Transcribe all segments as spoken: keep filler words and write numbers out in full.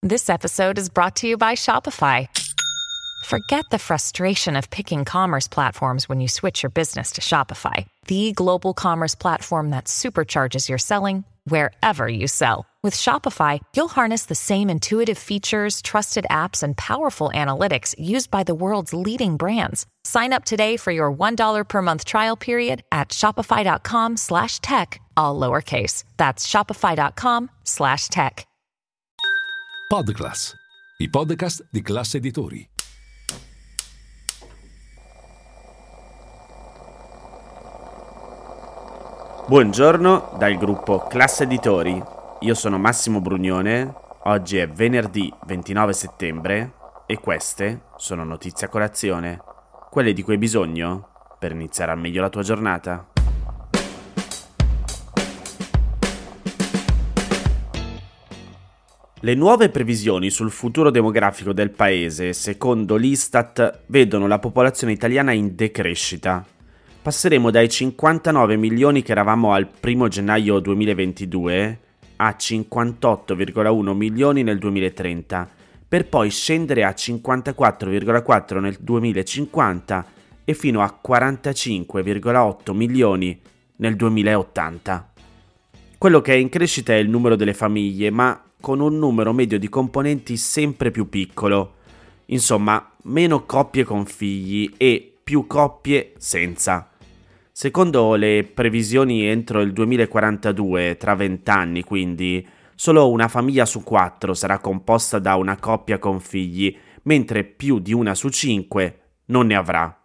This episode is brought to you by Shopify. Forget the frustration of picking commerce platforms when you switch your business to Shopify, the global commerce platform that supercharges your selling wherever you sell. With Shopify, you'll harness the same intuitive features, trusted apps, and powerful analytics used by the world's leading brands. Sign up today for your one dollar per month trial period at shopify.com slash tech, all lowercase. That's shopify.com slash tech. Podclass, i podcast di Classe Editori. Buongiorno dal gruppo Classe Editori. Io sono Massimo Brugnone. Oggi è venerdì ventinove settembre e queste sono notizie a colazione, quelle di cui hai bisogno per iniziare al meglio la tua giornata. Le nuove previsioni sul futuro demografico del paese, secondo l'Istat, vedono la popolazione italiana in decrescita. Passeremo dai cinquantanove milioni che eravamo al primo gennaio duemilaventidue a cinquantotto virgola uno milioni nel duemilatrenta, per poi scendere a cinquantaquattro virgola quattro nel duemilacinquanta e fino a quarantacinque virgola otto milioni nel duemilaottanta. Quello che è in crescita è il numero delle famiglie, ma con un numero medio di componenti sempre più piccolo. Insomma, meno coppie con figli e più coppie senza. Secondo le previsioni entro il duemilaquarantadue, tra vent'anni quindi, solo una famiglia su quattro sarà composta da una coppia con figli, mentre più di una su cinque non ne avrà.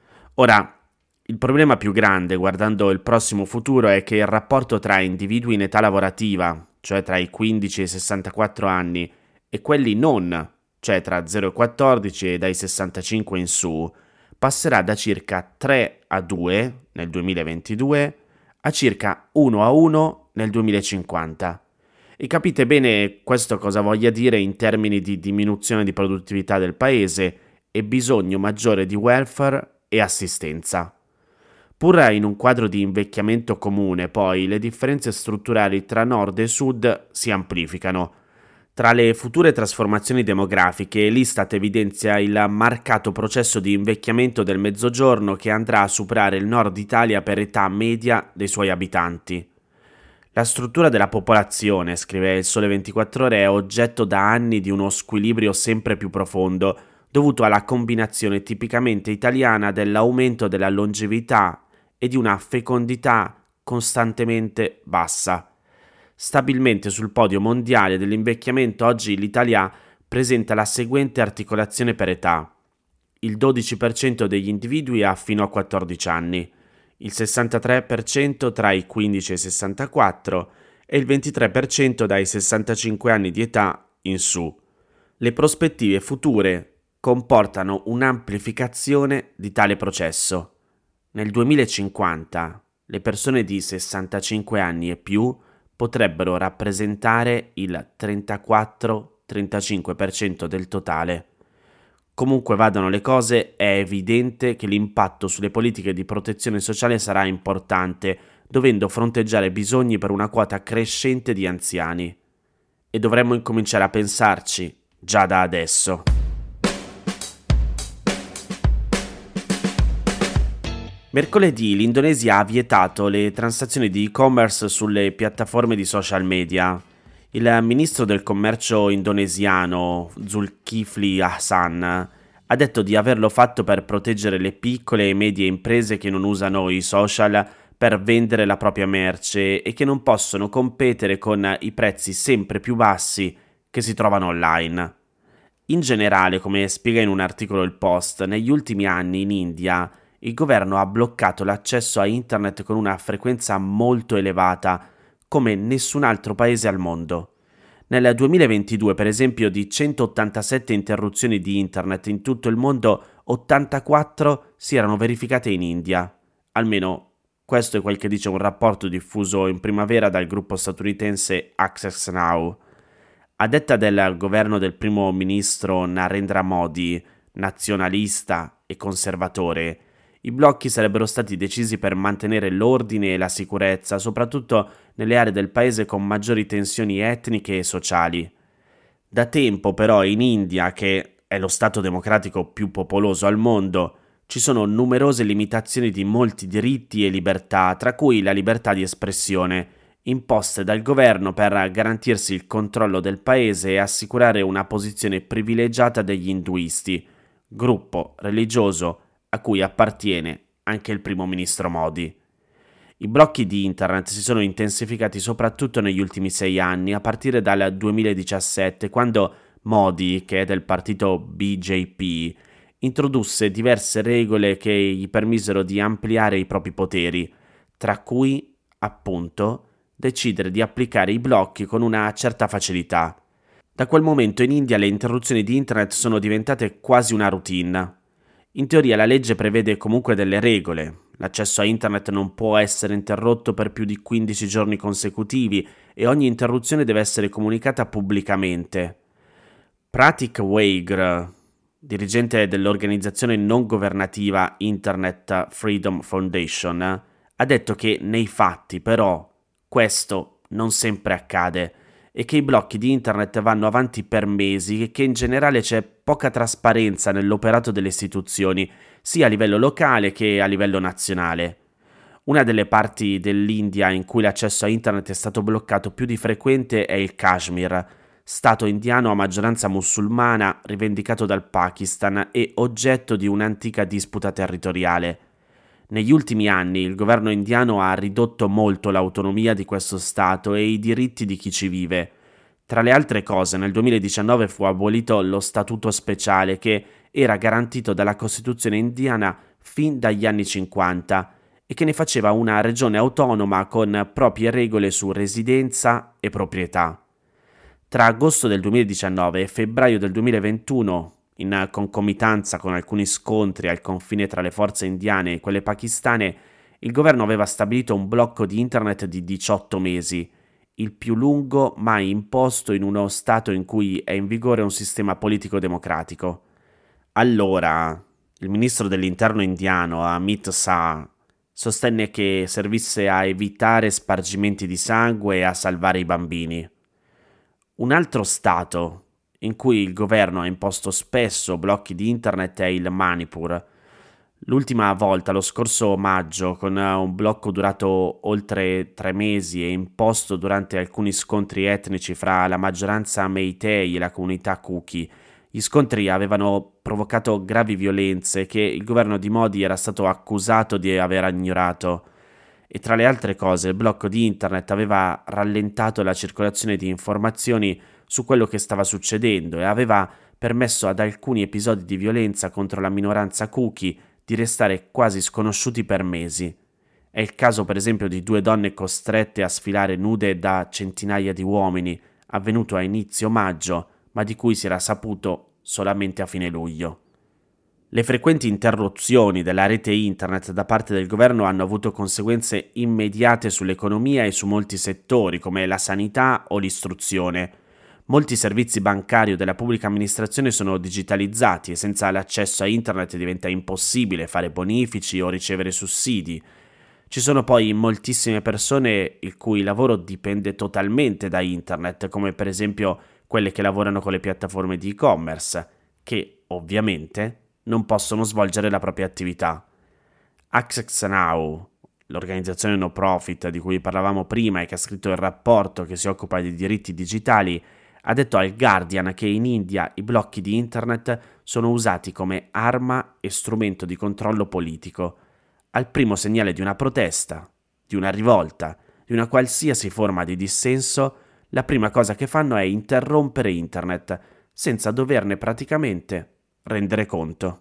Ora, il problema più grande guardando il prossimo futuro è che il rapporto tra individui in età lavorativa, cioè tra i quindici e i sessantaquattro anni, e quelli non, cioè tra zero e quattordici e dai sessantacinque in su, passerà da circa tre a due nel duemilaventidue a circa uno a uno nel duemilacinquanta. E capite bene questo cosa voglia dire in termini di diminuzione di produttività del paese e bisogno maggiore di welfare e assistenza. Pur in un quadro di invecchiamento comune, poi, le differenze strutturali tra nord e sud si amplificano. Tra le future trasformazioni demografiche, l'Istat evidenzia il marcato processo di invecchiamento del Mezzogiorno che andrà a superare il nord Italia per età media dei suoi abitanti. La struttura della popolazione, scrive il Sole ventiquattro Ore, è oggetto da anni di uno squilibrio sempre più profondo, dovuto alla combinazione tipicamente italiana dell'aumento della longevità e di una fecondità costantemente bassa. Stabilmente sul podio mondiale dell'invecchiamento oggi l'Italia presenta la seguente articolazione per età. Il dodici per cento degli individui ha fino a quattordici anni, il sessantatré per cento tra i quindici e i sessantaquattro e il ventitré per cento dai sessantacinque anni di età in su. Le prospettive future comportano un'amplificazione di tale processo. Nel duemilacinquanta le persone di sessantacinque anni e più potrebbero rappresentare il trentaquattro trentacinque per cento del totale. Comunque vadano le cose, è evidente che l'impatto sulle politiche di protezione sociale sarà importante, dovendo fronteggiare bisogni per una quota crescente di anziani. E dovremmo incominciare a pensarci già da adesso. Mercoledì l'Indonesia ha vietato le transazioni di e-commerce sulle piattaforme di social media. Il ministro del commercio indonesiano, Zulkifli Hasan, ha detto di averlo fatto per proteggere le piccole e medie imprese che non usano i social per vendere la propria merce e che non possono competere con i prezzi sempre più bassi che si trovano online. In generale, come spiega in un articolo il Post, negli ultimi anni in India il governo ha bloccato l'accesso a internet con una frequenza molto elevata, come nessun altro paese al mondo. Nel duemilaventidue, per esempio, di centottantasette interruzioni di internet in tutto il mondo, ottantaquattro si erano verificate in India. Almeno questo è quel che dice un rapporto diffuso in primavera dal gruppo statunitense Access Now. A detta del governo del primo ministro Narendra Modi, nazionalista e conservatore, i blocchi sarebbero stati decisi per mantenere l'ordine e la sicurezza, soprattutto nelle aree del paese con maggiori tensioni etniche e sociali. Da tempo però in India, che è lo stato democratico più popoloso al mondo, ci sono numerose limitazioni di molti diritti e libertà, tra cui la libertà di espressione, imposte dal governo per garantirsi il controllo del paese e assicurare una posizione privilegiata degli induisti, gruppo religioso a cui appartiene anche il primo ministro Modi. I blocchi di internet si sono intensificati soprattutto negli ultimi sei anni, a partire dal duemiladiciassette, quando Modi, che è del partito B J P, introdusse diverse regole che gli permisero di ampliare i propri poteri, tra cui, appunto, decidere di applicare i blocchi con una certa facilità. Da quel momento in India le interruzioni di internet sono diventate quasi una routine. In teoria la legge prevede comunque delle regole. L'accesso a internet non può essere interrotto per più di quindici giorni consecutivi e ogni interruzione deve essere comunicata pubblicamente. Pratik Waigre, dirigente dell'organizzazione non governativa Internet Freedom Foundation, ha detto che nei fatti però questo non sempre accade e che i blocchi di internet vanno avanti per mesi e che in generale c'è poca trasparenza nell'operato delle istituzioni, sia a livello locale che a livello nazionale. Una delle parti dell'India in cui l'accesso a internet è stato bloccato più di frequente è il Kashmir, stato indiano a maggioranza musulmana rivendicato dal Pakistan e oggetto di un'antica disputa territoriale. Negli ultimi anni il governo indiano ha ridotto molto l'autonomia di questo stato e i diritti di chi ci vive. Tra le altre cose, nel duemiladiciannove fu abolito lo statuto speciale che era garantito dalla Costituzione indiana fin dagli anni cinquanta e che ne faceva una regione autonoma con proprie regole su residenza e proprietà. Tra agosto del duemiladiciannove e febbraio del duemilaventuno, in concomitanza con alcuni scontri al confine tra le forze indiane e quelle pakistane, il governo aveva stabilito un blocco di internet di diciotto mesi, il più lungo mai imposto in uno stato in cui è in vigore un sistema politico democratico. Allora, il ministro dell'interno indiano, Amit Shah, sostenne che servisse a evitare spargimenti di sangue e a salvare i bambini. Un altro stato in cui il governo ha imposto spesso blocchi di internet è il Manipur. L'ultima volta, lo scorso maggio, con un blocco durato oltre tre mesi e imposto durante alcuni scontri etnici fra la maggioranza Meitei e la comunità Kuki. Gli scontri avevano provocato gravi violenze che il governo di Modi era stato accusato di aver ignorato. E tra le altre cose, il blocco di internet aveva rallentato la circolazione di informazioni su quello che stava succedendo e aveva permesso ad alcuni episodi di violenza contro la minoranza Kuki di restare quasi sconosciuti per mesi. È il caso per esempio di due donne costrette a sfilare nude da centinaia di uomini, avvenuto a inizio maggio, ma di cui si era saputo solamente a fine luglio. Le frequenti interruzioni della rete internet da parte del governo hanno avuto conseguenze immediate sull'economia e su molti settori, come la sanità o l'istruzione. Molti servizi bancari della pubblica amministrazione sono digitalizzati e senza l'accesso a internet diventa impossibile fare bonifici o ricevere sussidi. Ci sono poi moltissime persone il cui lavoro dipende totalmente da internet, come per esempio quelle che lavorano con le piattaforme di e-commerce, che ovviamente non possono svolgere la propria attività. Access Now, l'organizzazione no profit di cui parlavamo prima e che ha scritto il rapporto che si occupa dei diritti digitali, ha detto al Guardian che in India i blocchi di internet sono usati come arma e strumento di controllo politico. Al primo segnale di una protesta, di una rivolta, di una qualsiasi forma di dissenso, la prima cosa che fanno è interrompere internet, senza doverne praticamente rendere conto.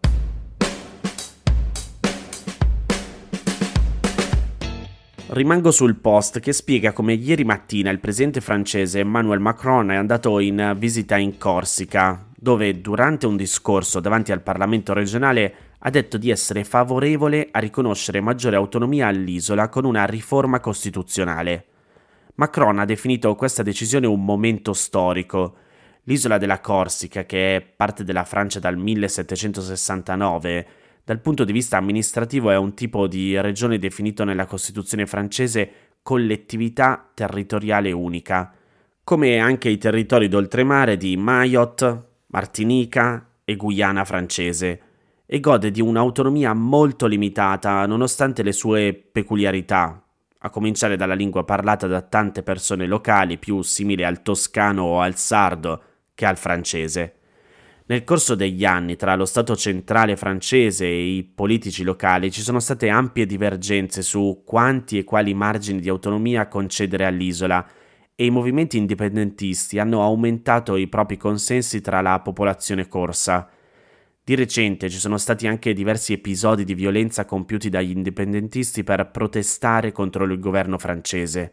Rimango sul post che spiega come ieri mattina il presidente francese Emmanuel Macron è andato in visita in Corsica, dove durante un discorso davanti al Parlamento regionale ha detto di essere favorevole a riconoscere maggiore autonomia all'isola con una riforma costituzionale. Macron ha definito questa decisione un momento storico. L'isola della Corsica, che è parte della Francia dal millesettecentosessantanove, dal punto di vista amministrativo è un tipo di regione definito nella Costituzione francese collettività territoriale unica. come anche i territori d'oltremare di Mayotte, Martinica e Guyana francese, e gode di un'autonomia molto limitata nonostante le sue peculiarità, a cominciare dalla lingua parlata da tante persone locali più simile al toscano o al sardo che al francese. Nel corso degli anni tra lo Stato centrale francese e i politici locali ci sono state ampie divergenze su quanti e quali margini di autonomia concedere all'isola, e i movimenti indipendentisti hanno aumentato i propri consensi tra la popolazione corsa. Di recente ci sono stati anche diversi episodi di violenza compiuti dagli indipendentisti per protestare contro il governo francese.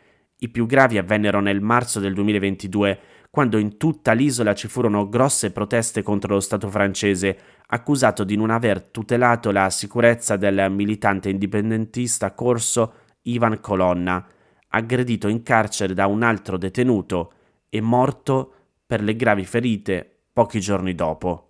I più gravi avvennero nel marzo del duemilaventidue, quando in tutta l'isola ci furono grosse proteste contro lo Stato francese, accusato di non aver tutelato la sicurezza del militante indipendentista corso Ivan Colonna, aggredito in carcere da un altro detenuto e morto per le gravi ferite pochi giorni dopo.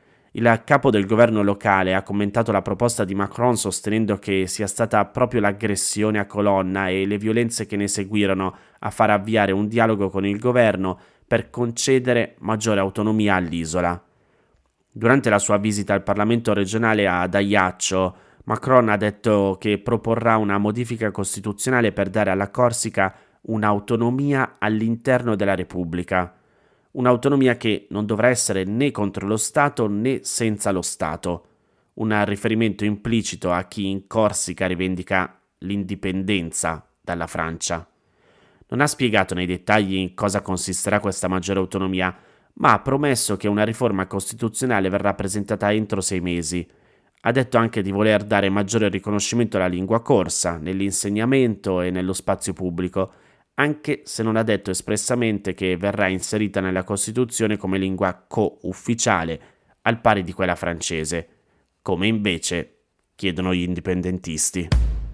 Il capo del governo locale ha commentato la proposta di Macron sostenendo che sia stata proprio l'aggressione a Colonna e le violenze che ne seguirono a far avviare un dialogo con il governo per concedere maggiore autonomia all'isola. Durante la sua visita al Parlamento regionale a Ajaccio, Macron ha detto che proporrà una modifica costituzionale per dare alla Corsica un'autonomia all'interno della Repubblica. Un'autonomia che non dovrà essere né contro lo Stato né senza lo Stato. Un riferimento implicito a chi in Corsica rivendica l'indipendenza dalla Francia. Non ha spiegato nei dettagli in cosa consisterà questa maggiore autonomia, ma ha promesso che una riforma costituzionale verrà presentata entro sei mesi. Ha detto anche di voler dare maggiore riconoscimento alla lingua corsa, nell'insegnamento e nello spazio pubblico, anche se non ha detto espressamente che verrà inserita nella Costituzione come lingua co-ufficiale, al pari di quella francese, come invece chiedono gli indipendentisti.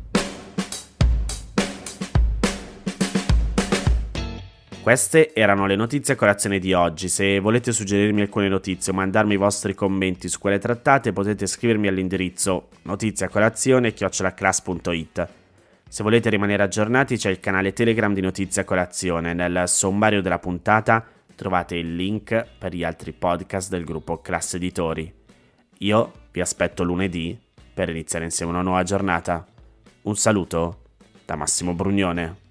Queste erano le notizie a colazione di oggi. Se volete suggerirmi alcune notizie o mandarmi i vostri commenti su quelle trattate, potete scrivermi all'indirizzo notiziacolazione chiocciola class punto it. Se volete rimanere aggiornati c'è il canale Telegram di Notizie a Colazione. Nel sommario della puntata trovate il link per gli altri podcast del gruppo Class Editori. Io vi aspetto lunedì per iniziare insieme una nuova giornata. Un saluto da Massimo Brugnone.